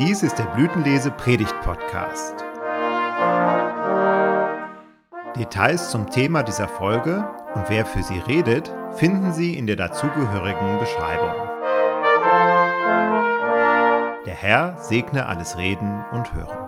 Dies ist der Blütenlese-Predigt-Podcast. Details zum Thema dieser Folge und wer für sie redet, finden Sie in der dazugehörigen Beschreibung. Der Herr segne alles Reden und Hören.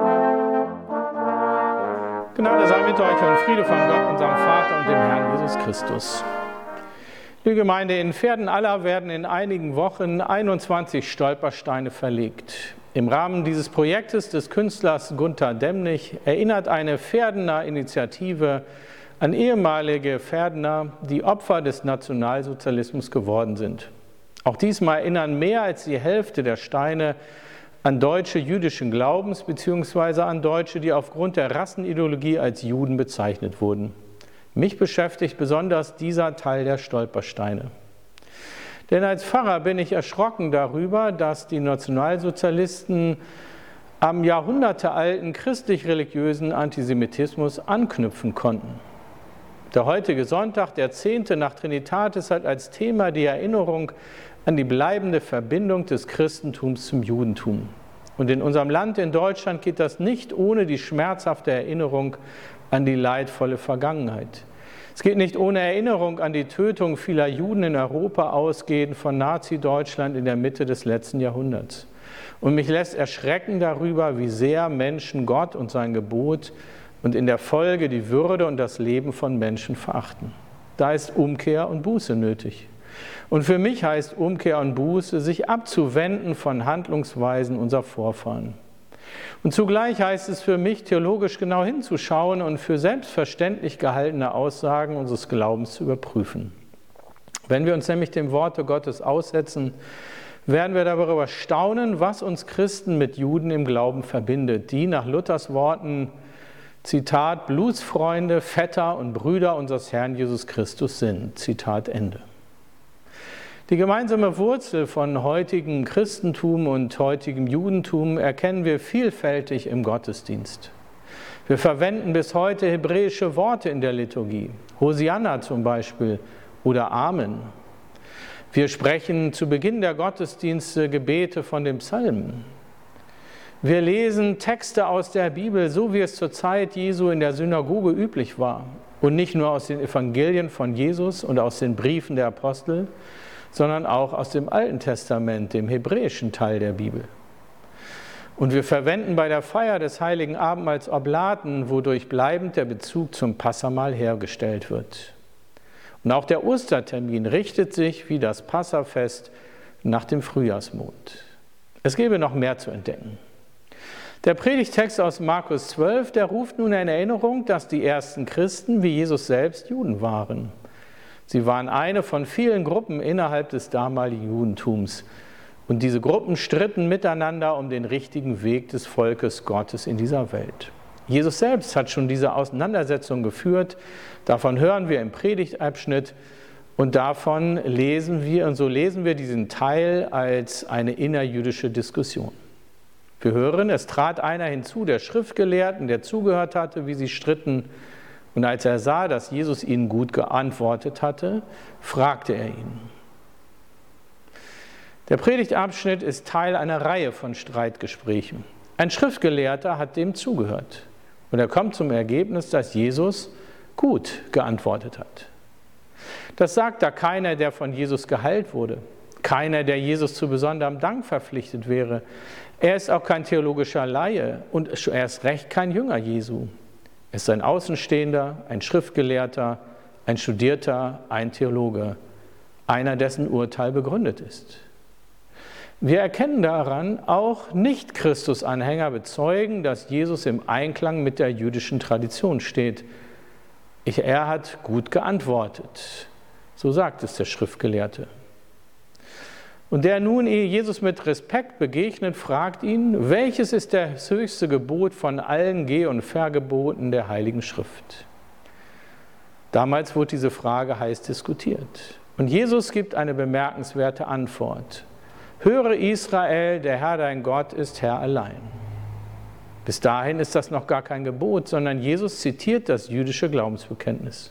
Gnade sei mit euch und Friede von Gott, unserem Vater und dem Herrn Jesus Christus. Liebe Gemeinde, in Pferdenaller werden in einigen Wochen 21 Stolpersteine verlegt. Im Rahmen dieses Projektes des Künstlers Gunter Demnig erinnert eine Pferdener Initiative an ehemalige Pferdener, die Opfer des Nationalsozialismus geworden sind. Auch diesmal erinnern mehr als die Hälfte der Steine an Deutsche jüdischen Glaubens bzw. an Deutsche, die aufgrund der Rassenideologie als Juden bezeichnet wurden. Mich beschäftigt besonders dieser Teil der Stolpersteine. Denn als Pfarrer bin ich erschrocken darüber, dass die Nationalsozialisten am jahrhundertealten christlich-religiösen Antisemitismus anknüpfen konnten. Der heutige Sonntag, der 10. nach Trinitatis, hat als Thema die Erinnerung an die bleibende Verbindung des Christentums zum Judentum. Und in unserem Land, in Deutschland, geht das nicht ohne die schmerzhafte Erinnerung an die leidvolle Vergangenheit. Es geht nicht ohne Erinnerung an die Tötung vieler Juden in Europa, ausgehend von Nazi-Deutschland in der Mitte des letzten Jahrhunderts. Und mich lässt erschrecken darüber, wie sehr Menschen Gott und sein Gebot und in der Folge die Würde und das Leben von Menschen verachten. Da ist Umkehr und Buße nötig. Und für mich heißt Umkehr und Buße, sich abzuwenden von Handlungsweisen unserer Vorfahren. Und zugleich heißt es für mich, theologisch genau hinzuschauen und für selbstverständlich gehaltene Aussagen unseres Glaubens zu überprüfen. Wenn wir uns nämlich dem Worte Gottes aussetzen, werden wir darüber staunen, was uns Christen mit Juden im Glauben verbindet, die nach Luthers Worten, Zitat, Blutsfreunde, Vetter und Brüder unseres Herrn Jesus Christus sind. Zitat Ende. Die gemeinsame Wurzel von heutigem Christentum und heutigem Judentum erkennen wir vielfältig im Gottesdienst. Wir verwenden bis heute hebräische Worte in der Liturgie, Hosianna zum Beispiel oder Amen. Wir sprechen zu Beginn der Gottesdienste Gebete von den Psalmen. Wir lesen Texte aus der Bibel, so wie es zur Zeit Jesu in der Synagoge üblich war. Und nicht nur aus den Evangelien von Jesus und aus den Briefen der Apostel, sondern auch aus dem Alten Testament, dem hebräischen Teil der Bibel. Und wir verwenden bei der Feier des Heiligen Abendmahls Oblaten, wodurch bleibend der Bezug zum Passahmahl hergestellt wird. Und auch der Ostertermin richtet sich wie das Passafest nach dem Frühjahrsmond. Es gäbe noch mehr zu entdecken. Der Predigtext aus Markus 12, der ruft nun in Erinnerung, dass die ersten Christen wie Jesus selbst Juden waren. Sie waren eine von vielen Gruppen innerhalb des damaligen Judentums. Und diese Gruppen stritten miteinander um den richtigen Weg des Volkes Gottes in dieser Welt. Jesus selbst hat schon diese Auseinandersetzung geführt. Davon hören wir im Predigtabschnitt und davon lesen wir diesen Teil als eine innerjüdische Diskussion. Wir hören, es trat einer hinzu, der Schriftgelehrten, der zugehört hatte, wie sie stritten. Und als er sah, dass Jesus ihnen gut geantwortet hatte, fragte er ihn. Der Predigtabschnitt ist Teil einer Reihe von Streitgesprächen. Ein Schriftgelehrter hat dem zugehört. Und er kommt zum Ergebnis, dass Jesus gut geantwortet hat. Das sagt da keiner, der von Jesus geheilt wurde. Keiner, der Jesus zu besonderem Dank verpflichtet wäre. Er ist auch kein theologischer Laie und er ist recht kein Jünger Jesu. Er ist ein Außenstehender, ein Schriftgelehrter, ein Studierter, ein Theologe, einer, dessen Urteil begründet ist. Wir erkennen daran, auch Nicht-Christus-Anhänger bezeugen, dass Jesus im Einklang mit der jüdischen Tradition steht. Er hat gut geantwortet, so sagt es der Schriftgelehrte. Und der nun Jesus mit Respekt begegnet, fragt ihn, welches ist das höchste Gebot von allen Geh- und Vergeboten der Heiligen Schrift? Damals wurde diese Frage heiß diskutiert. Und Jesus gibt eine bemerkenswerte Antwort. Höre Israel, der Herr dein Gott ist Herr allein. Bis dahin ist das noch gar kein Gebot, sondern Jesus zitiert das jüdische Glaubensbekenntnis.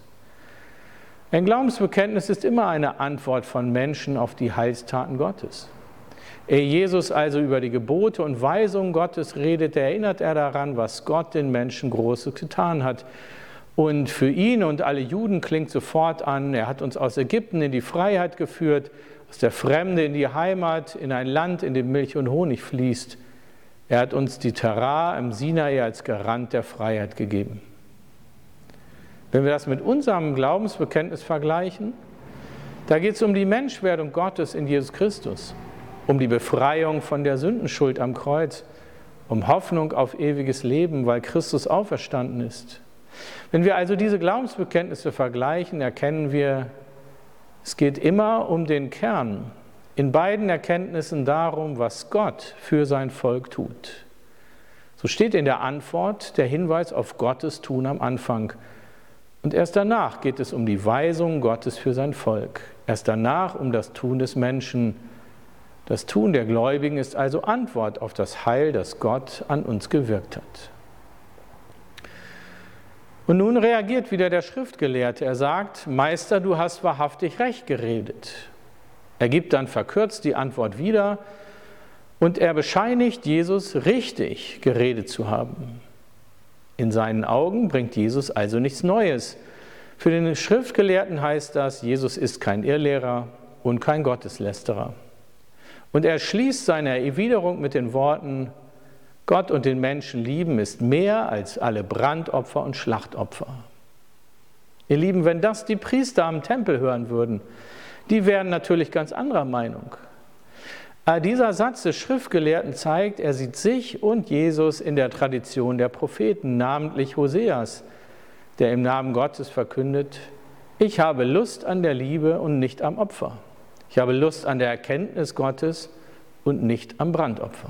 Ein Glaubensbekenntnis ist immer eine Antwort von Menschen auf die Heilstaten Gottes. Ehe Jesus also über die Gebote und Weisungen Gottes redet, erinnert er daran, was Gott den Menschen Großes getan hat. Und für ihn und alle Juden klingt sofort an, er hat uns aus Ägypten in die Freiheit geführt, aus der Fremde in die Heimat, in ein Land, in dem Milch und Honig fließt. Er hat uns die Torah im Sinai als Garant der Freiheit gegeben. Wenn wir das mit unserem Glaubensbekenntnis vergleichen, da geht es um die Menschwerdung Gottes in Jesus Christus, um die Befreiung von der Sündenschuld am Kreuz, um Hoffnung auf ewiges Leben, weil Christus auferstanden ist. Wenn wir also diese Glaubensbekenntnisse vergleichen, erkennen wir, es geht immer um den Kern. In beiden Erkenntnissen darum, was Gott für sein Volk tut. So steht in der Antwort der Hinweis auf Gottes Tun am Anfang. Und erst danach geht es um die Weisung Gottes für sein Volk. Erst danach um das Tun des Menschen. Das Tun der Gläubigen ist also Antwort auf das Heil, das Gott an uns gewirkt hat. Und nun reagiert wieder der Schriftgelehrte. Er sagt, Meister, du hast wahrhaftig recht geredet. Er gibt dann verkürzt die Antwort wieder und er bescheinigt Jesus, richtig geredet zu haben. In seinen Augen bringt Jesus also nichts Neues. Für den Schriftgelehrten heißt das, Jesus ist kein Irrlehrer und kein Gotteslästerer. Und er schließt seine Erwiderung mit den Worten, Gott und den Menschen lieben ist mehr als alle Brandopfer und Schlachtopfer. Ihr Lieben, wenn das die Priester am Tempel hören würden, die wären natürlich ganz anderer Meinung. Aber dieser Satz des Schriftgelehrten zeigt, er sieht sich und Jesus in der Tradition der Propheten, namentlich Hoseas, der im Namen Gottes verkündet, ich habe Lust an der Liebe und nicht am Opfer. Ich habe Lust an der Erkenntnis Gottes und nicht am Brandopfer.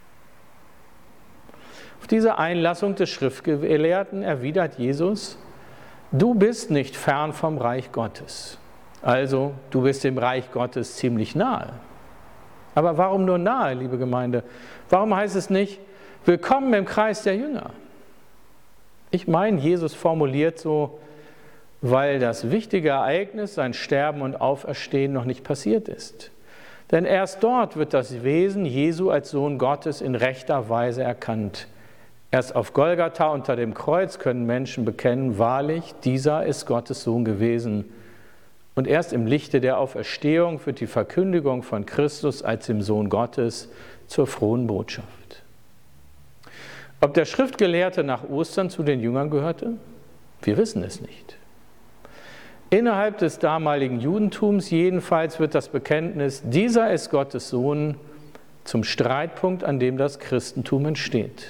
Auf diese Einlassung des Schriftgelehrten erwidert Jesus, du bist nicht fern vom Reich Gottes. Also, du bist dem Reich Gottes ziemlich nahe. Aber warum nur nahe, liebe Gemeinde? Warum heißt es nicht, willkommen im Kreis der Jünger? Ich meine, Jesus formuliert so, weil das wichtige Ereignis, sein Sterben und Auferstehen, noch nicht passiert ist. Denn erst dort wird das Wesen Jesu als Sohn Gottes in rechter Weise erkannt. Erst auf Golgatha unter dem Kreuz können Menschen bekennen, wahrlich, dieser ist Gottes Sohn gewesen. Und erst im Lichte der Auferstehung wird die Verkündigung von Christus als dem Sohn Gottes zur frohen Botschaft. Ob der Schriftgelehrte nach Ostern zu den Jüngern gehörte? Wir wissen es nicht. Innerhalb des damaligen Judentums jedenfalls wird das Bekenntnis, dieser ist Gottes Sohn, zum Streitpunkt, an dem das Christentum entsteht.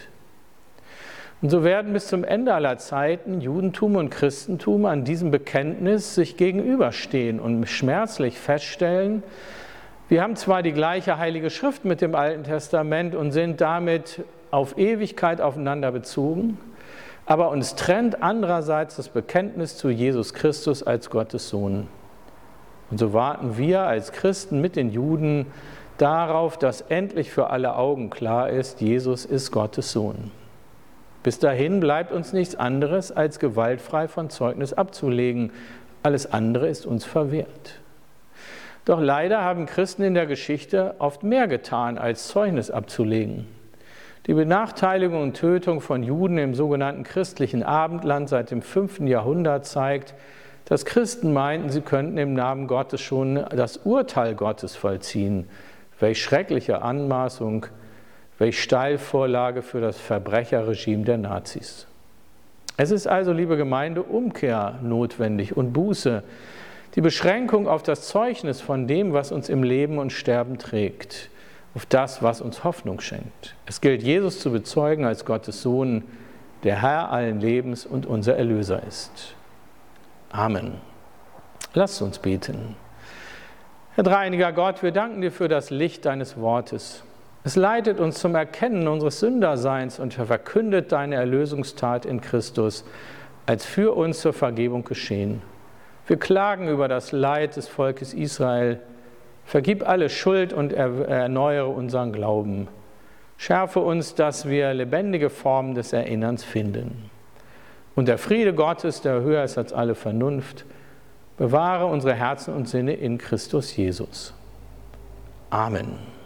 Und so werden bis zum Ende aller Zeiten Judentum und Christentum an diesem Bekenntnis sich gegenüberstehen und schmerzlich feststellen, wir haben zwar die gleiche Heilige Schrift mit dem Alten Testament und sind damit auf Ewigkeit aufeinander bezogen, aber uns trennt andererseits das Bekenntnis zu Jesus Christus als Gottes Sohn. Und so warten wir als Christen mit den Juden darauf, dass endlich für alle Augen klar ist, Jesus ist Gottes Sohn. Bis dahin bleibt uns nichts anderes, als gewaltfrei von Zeugnis abzulegen. Alles andere ist uns verwehrt. Doch leider haben Christen in der Geschichte oft mehr getan, als Zeugnis abzulegen. Die Benachteiligung und Tötung von Juden im sogenannten christlichen Abendland seit dem 5. Jahrhundert zeigt, dass Christen meinten, sie könnten im Namen Gottes schon das Urteil Gottes vollziehen. Welch schreckliche Anmaßung, welch Steilvorlage für das Verbrecherregime der Nazis. Es ist also, liebe Gemeinde, Umkehr notwendig und Buße, die Beschränkung auf das Zeugnis von dem, was uns im Leben und Sterben trägt, auf das, was uns Hoffnung schenkt. Es gilt, Jesus zu bezeugen als Gottes Sohn, der Herr allen Lebens und unser Erlöser ist. Amen. Lasst uns beten. Herr dreieiniger Gott, wir danken dir für das Licht deines Wortes. Es leitet uns zum Erkennen unseres Sünderseins und verkündet deine Erlösungstat in Christus als für uns zur Vergebung geschehen. Wir klagen über das Leid des Volkes Israel. Vergib alle Schuld und erneuere unseren Glauben. Schärfe uns, dass wir lebendige Formen des Erinnerns finden. Und der Friede Gottes, der höher ist als alle Vernunft, bewahre unsere Herzen und Sinne in Christus Jesus. Amen.